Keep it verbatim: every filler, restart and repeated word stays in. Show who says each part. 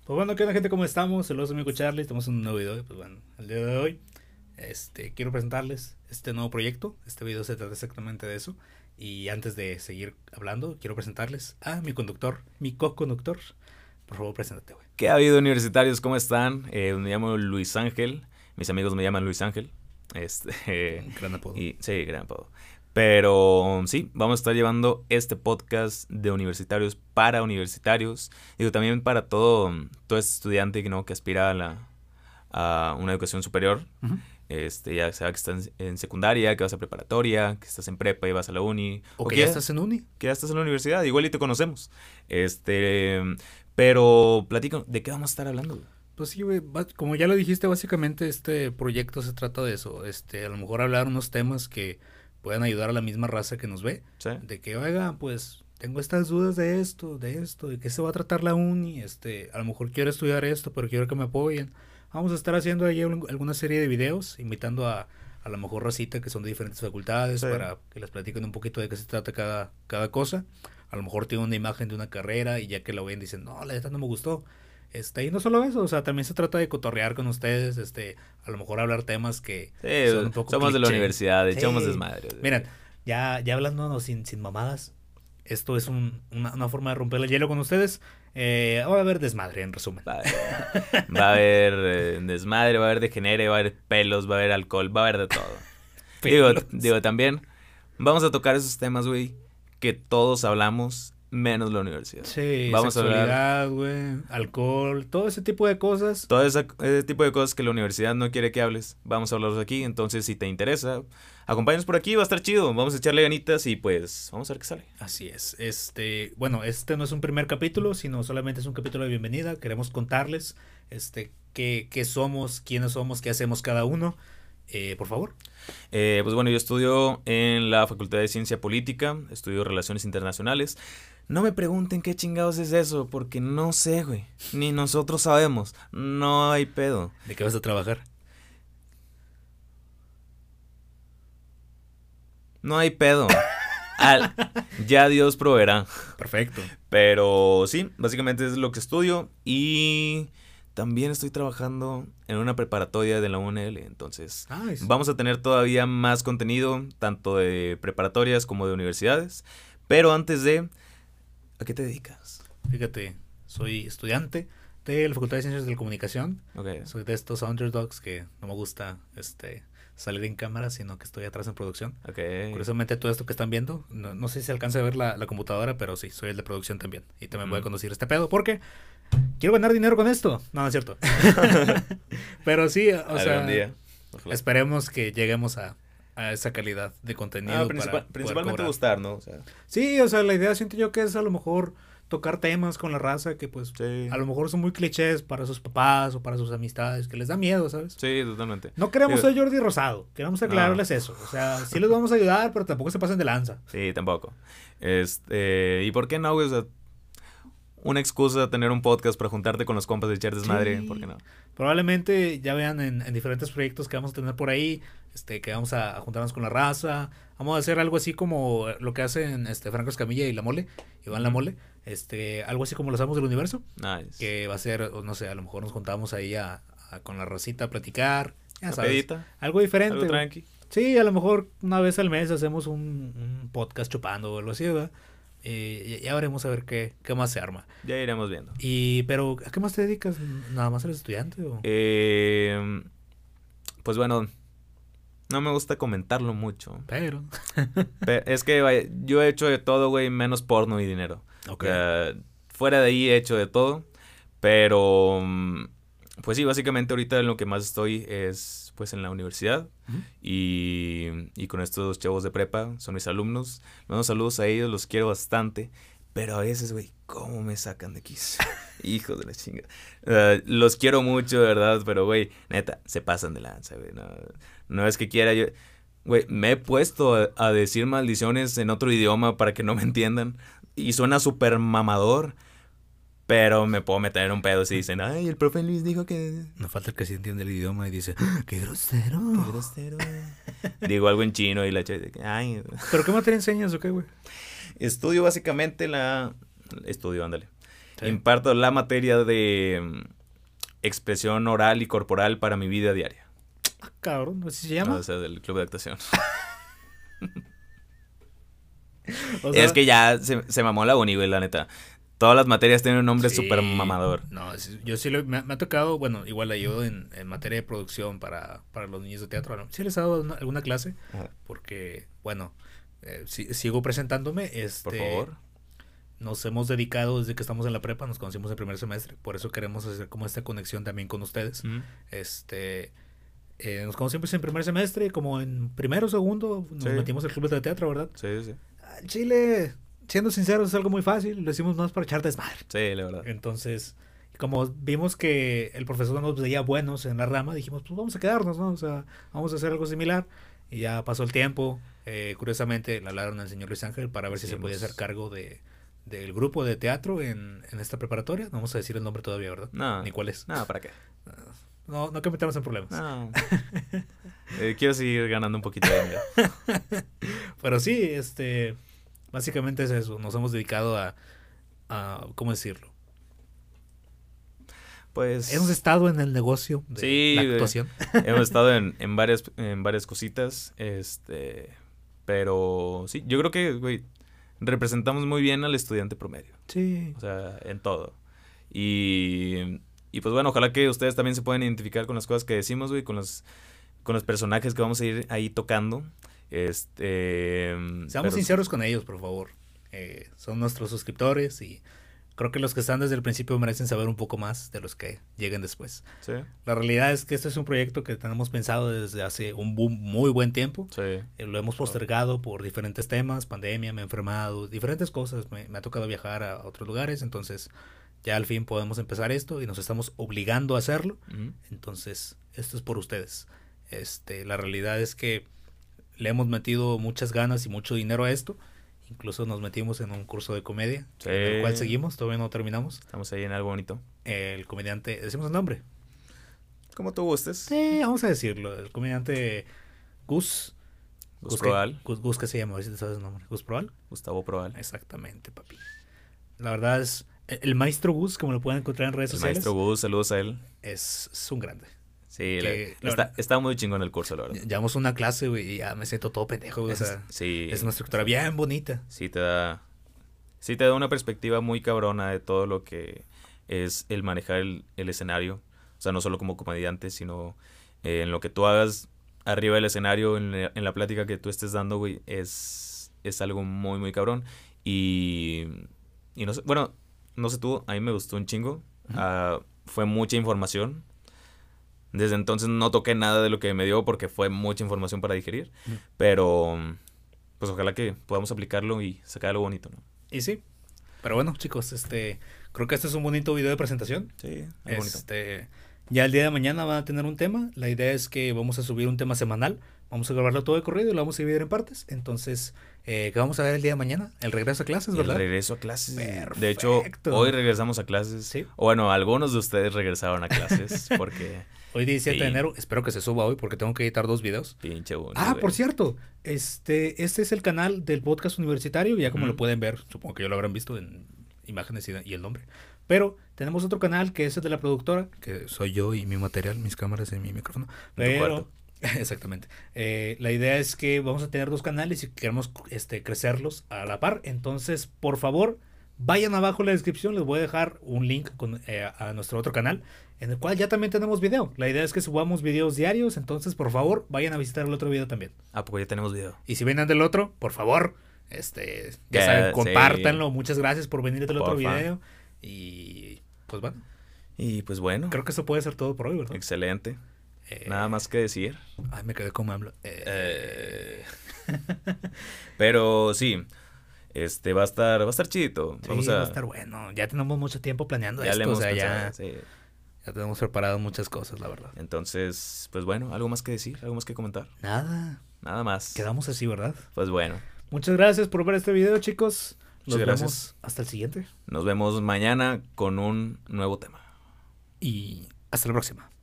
Speaker 1: Pues bueno, ¿qué onda, gente? ¿Cómo estamos? Saludos, amigo Charlie. Estamos en un nuevo video. Pues bueno, el día de hoy este, quiero presentarles este nuevo proyecto. Este video se trata exactamente de eso. Y antes de seguir hablando, quiero presentarles a mi conductor, mi co-conductor. Por favor, preséntate, güey.
Speaker 2: ¿Qué ha habido, universitarios? ¿Cómo están? Eh, me llamo Luis Ángel. Mis amigos me llaman Luis Ángel. Este,
Speaker 1: Gran apodo.
Speaker 2: Y, sí, gran apodo. Pero sí, vamos a estar llevando este podcast de universitarios para universitarios. Digo, también para todo, todo este estudiante, ¿no?, que aspira a, la, a una educación superior.
Speaker 1: Uh-huh.
Speaker 2: Este, ya sea que estás en secundaria, que vas a preparatoria, que estás en prepa y vas a la uni.
Speaker 1: O, o que ya estás en uni.
Speaker 2: Que ya estás en la universidad, igual y te conocemos. Este, pero platica, ¿de qué vamos a estar hablando?
Speaker 1: Pues sí, güey, como ya lo dijiste, básicamente este proyecto se trata de eso. Este, a lo mejor hablar unos temas que puedan ayudar a la misma raza que nos ve.
Speaker 2: ¿Sí?
Speaker 1: De que, oiga, pues tengo estas dudas de esto, de esto, de qué se va a tratar la uni. Este, a lo mejor quiero estudiar esto, pero quiero que me apoyen. Vamos a estar haciendo ahí alguna serie de videos, invitando a a lo mejor racita que son de diferentes facultades, sí, para que les platiquen un poquito de qué se trata cada, cada cosa. A lo mejor tienen una imagen de una carrera y ya que lo ven dicen, no, la neta no me gustó. Este, y no solo eso, o sea, también se trata de cotorrear con ustedes, este, a lo mejor hablar temas que
Speaker 2: sí, son un poco somos cliché. De la universidad,
Speaker 1: sí.
Speaker 2: Echamos desmadre.
Speaker 1: Miren, ya, ya hablando sin, sin mamadas, esto es un, una, una forma de romper el hielo con ustedes. Eh, va a haber desmadre, en resumen.
Speaker 2: Va a haber, va a haber eh, desmadre, va a haber degenere, va a haber pelos, va a haber alcohol, va a haber de todo. digo, digo, también vamos a tocar esos temas, güey, que todos hablamos, menos la universidad.
Speaker 1: Sí,
Speaker 2: vamos
Speaker 1: sexualidad, güey, alcohol, todo ese tipo de cosas.
Speaker 2: Todo ese, ese tipo de cosas que la universidad no quiere que hables, vamos a hablarlos aquí. Entonces, si te interesa, acompáñanos por aquí, va a estar chido. Vamos a echarle ganitas y pues vamos a ver qué sale.
Speaker 1: Así es. Este, bueno, este no es un primer capítulo, sino solamente es un capítulo de bienvenida. Queremos contarles este qué, qué somos, quiénes somos, qué hacemos cada uno. Eh, por favor.
Speaker 2: Eh, pues bueno, yo estudio en la Facultad de Ciencia Política, estudio Relaciones Internacionales. No me pregunten qué chingados es eso, porque no sé, güey. Ni nosotros sabemos. No hay pedo.
Speaker 1: ¿De qué vas a trabajar?
Speaker 2: No hay pedo. Al, ya Dios proveerá.
Speaker 1: Perfecto.
Speaker 2: Pero sí, básicamente es lo que estudio. Y también estoy trabajando en una preparatoria de la U N L. Entonces nice. Vamos a tener todavía más contenido, tanto de preparatorias como de universidades. Pero antes de... ¿A qué te dedicas?
Speaker 1: Fíjate, soy estudiante de la Facultad de Ciencias de la Comunicación.
Speaker 2: Okay.
Speaker 1: Soy de estos underdogs que no me gusta este salir en cámara, sino que estoy atrás en producción.
Speaker 2: Okay.
Speaker 1: Curiosamente, todo esto que están viendo, no, no sé si se alcanza a ver la, la computadora, pero sí, soy el de producción también. Y también mm. voy a conducir este pedo porque quiero ganar dinero con esto. No, no es cierto. Pero sí, o
Speaker 2: Algún
Speaker 1: sea,
Speaker 2: día.
Speaker 1: esperemos que lleguemos a... a esa calidad de contenido.
Speaker 2: Ah, principal,
Speaker 1: para
Speaker 2: principalmente gustar, ¿no? O sea.
Speaker 1: Sí, o sea, la idea siento yo que es a lo mejor tocar temas con la raza que pues
Speaker 2: sí.
Speaker 1: a lo mejor son muy clichés para sus papás o para sus amistades, que les da miedo, ¿sabes?
Speaker 2: Sí, totalmente.
Speaker 1: No queremos ser Jordi Rosado, queremos aclararles no. eso. O sea, sí les vamos a ayudar, pero tampoco se pasen de lanza.
Speaker 2: Sí, tampoco. Este, ¿y por qué no, güey? O sea, una excusa tener un podcast para juntarte con los compas de echar desmadre, sí. ¿Por qué no?
Speaker 1: Probablemente ya vean en, en diferentes proyectos que vamos a tener por ahí, este, que vamos a, a juntarnos con la raza. Vamos a hacer algo así como lo que hacen este Franco Escamilla y La Mole, Iván La Mole, este, algo así como los amos del universo.
Speaker 2: Nice.
Speaker 1: Que va a ser, no sé, a lo mejor nos juntamos ahí a, a, con la racita a platicar, ya sabes.
Speaker 2: Pedita,
Speaker 1: algo diferente.
Speaker 2: Algo tranqui.
Speaker 1: Sí, a lo mejor una vez al mes hacemos un, un podcast chupando o algo así, ¿verdad? Eh, ya veremos a ver qué, qué más se arma.
Speaker 2: Ya iremos viendo.
Speaker 1: Y, pero, ¿a qué más te dedicas? ¿Nada más eres estudiante? ¿O?
Speaker 2: Eh, pues bueno, no me gusta comentarlo mucho.
Speaker 1: Pero.
Speaker 2: pero es que vaya, yo he hecho de todo, güey, menos porno y dinero.
Speaker 1: Okay.
Speaker 2: Uh, fuera de ahí he hecho de todo. Pero, pues sí, básicamente ahorita en lo que más estoy es pues en la universidad. Uh-huh. y, y con estos chavos de prepa, son mis alumnos. Unos saludos a ellos, los quiero bastante. Pero a veces, güey, ¿cómo me sacan de quicio? Hijo de la chinga. Uh, los quiero mucho, de verdad, pero, güey, neta, se pasan de lanza, güey. No, no es que quiera yo... Güey, me he puesto a, a decir maldiciones en otro idioma para que no me entiendan. Y suena súper mamador. Pero me puedo meter en un pedo si dicen, ay, el profe Luis dijo que...
Speaker 1: No falta el que sí entiende el idioma y dice, ¡qué grosero!
Speaker 2: ¡Qué grosero! Digo algo en chino y la chica, ay...
Speaker 1: ¿Pero qué materia enseñas o qué, güey?
Speaker 2: Estudio básicamente la... Estudio, ándale.
Speaker 1: Sí.
Speaker 2: Imparto la materia de mm, expresión oral y corporal para mi vida diaria.
Speaker 1: Ah, cabrón, ¿así se llama?
Speaker 2: No, o sea, del club de actuación.
Speaker 1: O sea,
Speaker 2: Es que ya se, se mamó la uni, güey, la neta. Todas las materias tienen un nombre
Speaker 1: sí,
Speaker 2: súper mamador.
Speaker 1: No, sí, yo sí lo, me, me ha tocado, bueno, igual yo en, en materia de producción para, para los niños de teatro, ¿no? Sí les he dado una- alguna clase,
Speaker 2: Ajá.
Speaker 1: porque, bueno, eh, si- sigo presentándome, este,
Speaker 2: Por favor.
Speaker 1: nos hemos dedicado desde que estamos en la prepa, nos conocimos el primer semestre, por eso queremos hacer como esta conexión también con ustedes.
Speaker 2: Ujú.
Speaker 1: Este, eh, nos conocimos en primer semestre, como en primero o segundo, nos
Speaker 2: Sí.
Speaker 1: metimos al club de teatro, ¿verdad?
Speaker 2: Sí, sí.
Speaker 1: Al Chile, siendo sinceros, es algo muy fácil, lo hicimos más para echar desmadre.
Speaker 2: Sí, la verdad.
Speaker 1: Entonces, como vimos que el profesor nos veía buenos en la rama, dijimos, pues vamos a quedarnos, ¿no? O sea, vamos a hacer algo similar. Y ya pasó el tiempo. Eh, curiosamente, le hablaron al señor Luis Ángel para ver si se podía hacer
Speaker 2: Hicimos-
Speaker 1: cargo de del grupo de teatro en, en esta preparatoria. No vamos a decir el nombre todavía, ¿verdad?
Speaker 2: No.
Speaker 1: Ni cuál es.
Speaker 2: No, ¿para qué?
Speaker 1: No, no que metamos en problemas.
Speaker 2: No. Eh, quiero seguir ganando un poquito de dinero.
Speaker 1: Pero sí, este, básicamente es eso. Nos hemos dedicado a, a ¿cómo decirlo?
Speaker 2: Pues
Speaker 1: Hemos estado en el negocio de
Speaker 2: Sí,
Speaker 1: la
Speaker 2: güey.
Speaker 1: actuación.
Speaker 2: hemos estado en, en varias en varias cositas, este, pero sí, yo creo que, güey, representamos muy bien al estudiante promedio,
Speaker 1: Sí.
Speaker 2: o sea, en todo. Y, y pues bueno, ojalá que ustedes también se puedan identificar con las cosas que decimos, güey, con los, con los personajes que vamos a ir ahí tocando. Este,
Speaker 1: Seamos
Speaker 2: pero-
Speaker 1: sinceros con ellos, por favor. Eh, son nuestros suscriptores y creo que los que están desde el principio merecen saber un poco más de los que lleguen después.
Speaker 2: Sí,
Speaker 1: La realidad es que este es un proyecto que tenemos pensado desde hace un bu- muy buen tiempo.
Speaker 2: sí.
Speaker 1: Eh, lo hemos postergado por diferentes temas, pandemia, me he enfermado, diferentes cosas. Me, me ha tocado viajar a otros lugares, entonces ya al fin podemos empezar esto y nos estamos obligando a hacerlo.
Speaker 2: Ujú.
Speaker 1: Entonces, esto es por ustedes. Este, la realidad es que le hemos metido muchas ganas y mucho dinero a esto. Incluso nos metimos en un curso de comedia,
Speaker 2: Sí.
Speaker 1: en el cual seguimos, todavía no terminamos.
Speaker 2: Estamos ahí en algo bonito.
Speaker 1: El comediante, decimos el nombre.
Speaker 2: Como tú gustes.
Speaker 1: Sí, vamos a decirlo. El comediante Gus.
Speaker 2: Gus
Speaker 1: ¿qué?
Speaker 2: Proal,
Speaker 1: Gus, Gus, ¿qué se llama? A ver si te sabes el nombre. Gus Proal.
Speaker 2: Gustavo Proal.
Speaker 1: Exactamente, papi. La verdad es, el el maestro Gus, como lo pueden encontrar en redes
Speaker 2: El
Speaker 1: sociales,
Speaker 2: maestro Gus, saludos a él.
Speaker 1: es, es un grande.
Speaker 2: Sí,
Speaker 1: Que,
Speaker 2: le-
Speaker 1: la
Speaker 2: está,
Speaker 1: verdad-
Speaker 2: está muy chingón el curso, la verdad.
Speaker 1: Llevamos una clase, güey, y ya me siento todo pendejo, güey. O
Speaker 2: Es-
Speaker 1: sea,
Speaker 2: sí,
Speaker 1: es una estructura bien bonita.
Speaker 2: sí te da, sí te da una perspectiva muy cabrona de todo lo que es el manejar el, el escenario. O sea, no solo como comediante, sino eh, en lo que tú hagas arriba del escenario, en la, en la plática que tú estés dando, güey, es, es algo muy, muy cabrón. Y, y no sé, bueno, no sé tú, a mí me gustó un chingo.
Speaker 1: Ujú.
Speaker 2: Ah, fue mucha información. Desde entonces no toqué nada de lo que me dio porque fue mucha información para digerir.
Speaker 1: Ujú.
Speaker 2: Pero, pues ojalá que podamos aplicarlo y sacar algo bonito, ¿no?
Speaker 1: Y sí. Pero bueno, chicos, este, creo que este es un bonito video de presentación.
Speaker 2: Sí, algo bonito.
Speaker 1: Este, ya el día de mañana van a tener un tema. La idea es que vamos a subir un tema semanal. Vamos a grabarlo todo de corrido y lo vamos a dividir en partes. Entonces, eh, ¿qué vamos a ver el día de mañana? El regreso a clases,
Speaker 2: El
Speaker 1: ¿verdad?
Speaker 2: regreso a clases. De hecho,
Speaker 1: Perfecto.
Speaker 2: hoy regresamos a clases.
Speaker 1: Sí.
Speaker 2: O bueno, algunos de ustedes regresaron a clases porque
Speaker 1: Hoy diecisiete de
Speaker 2: Sí.
Speaker 1: enero. Espero que se suba hoy porque tengo que editar dos videos.
Speaker 2: pinche uno,
Speaker 1: Ah,
Speaker 2: güey.
Speaker 1: por cierto, este, este es el canal del podcast universitario, ya como
Speaker 2: Ujú.
Speaker 1: lo pueden ver, supongo que ya lo habrán visto en imágenes y, y el nombre. Pero tenemos otro canal que es el de la productora, que soy yo y mi material, mis cámaras y mi micrófono.
Speaker 2: En tu
Speaker 1: Pero,
Speaker 2: cuarto.
Speaker 1: exactamente. Eh, la idea es que vamos a tener dos canales y queremos este, crecerlos a la par. Entonces, por favor, vayan abajo en la descripción, les voy a dejar un link con, eh, a nuestro otro canal, en el cual ya también tenemos video. La idea es que subamos videos diarios, entonces por favor vayan a visitar el otro video también.
Speaker 2: Ah, porque ya tenemos video.
Speaker 1: Y si vienen del otro, por favor, este, ya
Speaker 2: Ya,
Speaker 1: saben,
Speaker 2: sí.
Speaker 1: compártanlo. Muchas gracias por venir del otro
Speaker 2: Porfa.
Speaker 1: video. Y pues bueno,
Speaker 2: Y pues bueno,
Speaker 1: creo que eso puede ser todo por hoy, ¿verdad?
Speaker 2: excelente.
Speaker 1: Eh,
Speaker 2: Nada más que decir.
Speaker 1: Ay, me quedé como hablo. Eh,
Speaker 2: Eh, Pero sí, este va a estar, va a estar chidito.
Speaker 1: sí,
Speaker 2: Vamos
Speaker 1: va
Speaker 2: a,
Speaker 1: a estar bueno. Ya tenemos mucho tiempo planeando
Speaker 2: ya le
Speaker 1: esto, o
Speaker 2: hemos
Speaker 1: sea,
Speaker 2: pensado,
Speaker 1: ya,
Speaker 2: sí.
Speaker 1: ya tenemos preparado muchas cosas, la verdad.
Speaker 2: Entonces, pues bueno, algo más que decir, algo más que comentar.
Speaker 1: Nada,
Speaker 2: Nada más.
Speaker 1: quedamos así, ¿verdad?
Speaker 2: Pues bueno,
Speaker 1: Muchas gracias por ver este video, chicos. Nos
Speaker 2: Muchas
Speaker 1: vemos
Speaker 2: gracias.
Speaker 1: hasta el siguiente.
Speaker 2: nos vemos mañana con un nuevo tema.
Speaker 1: Y hasta la próxima.